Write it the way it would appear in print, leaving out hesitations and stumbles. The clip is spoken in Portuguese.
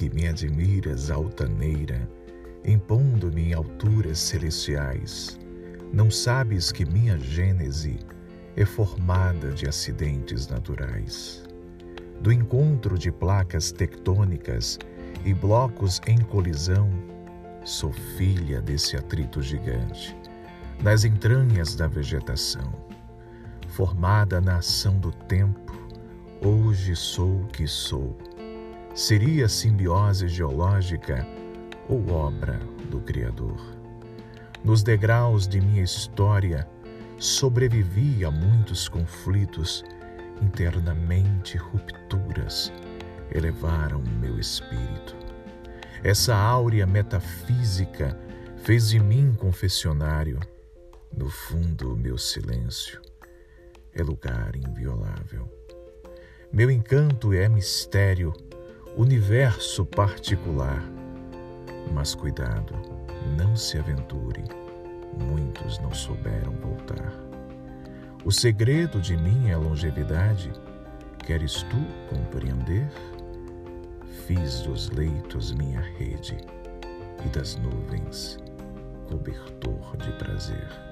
que me admiras altaneira, impondo-me em alturas celestiais, não sabes que minha gênese é formada de acidentes naturais, do encontro de placas tectônicas e blocos em colisão. Sou filha desse atrito gigante, nas entranhas da vegetação, formada na ação do tempo. Hoje sou o que sou. Seria simbiose geológica ou obra do Criador? Nos degraus de minha história, sobrevivi a muitos conflitos, internamente rupturas elevaram meu espírito. Essa áurea metafísica fez de mim confessionário. No fundo, meu silêncio é lugar inviolável. Meu encanto é mistério, universo particular. Mas cuidado, não se aventure, muitos não souberam voltar. O segredo de minha longevidade, queres tu compreender? Fiz dos leitos minha rede e das nuvens cobertor de prazer.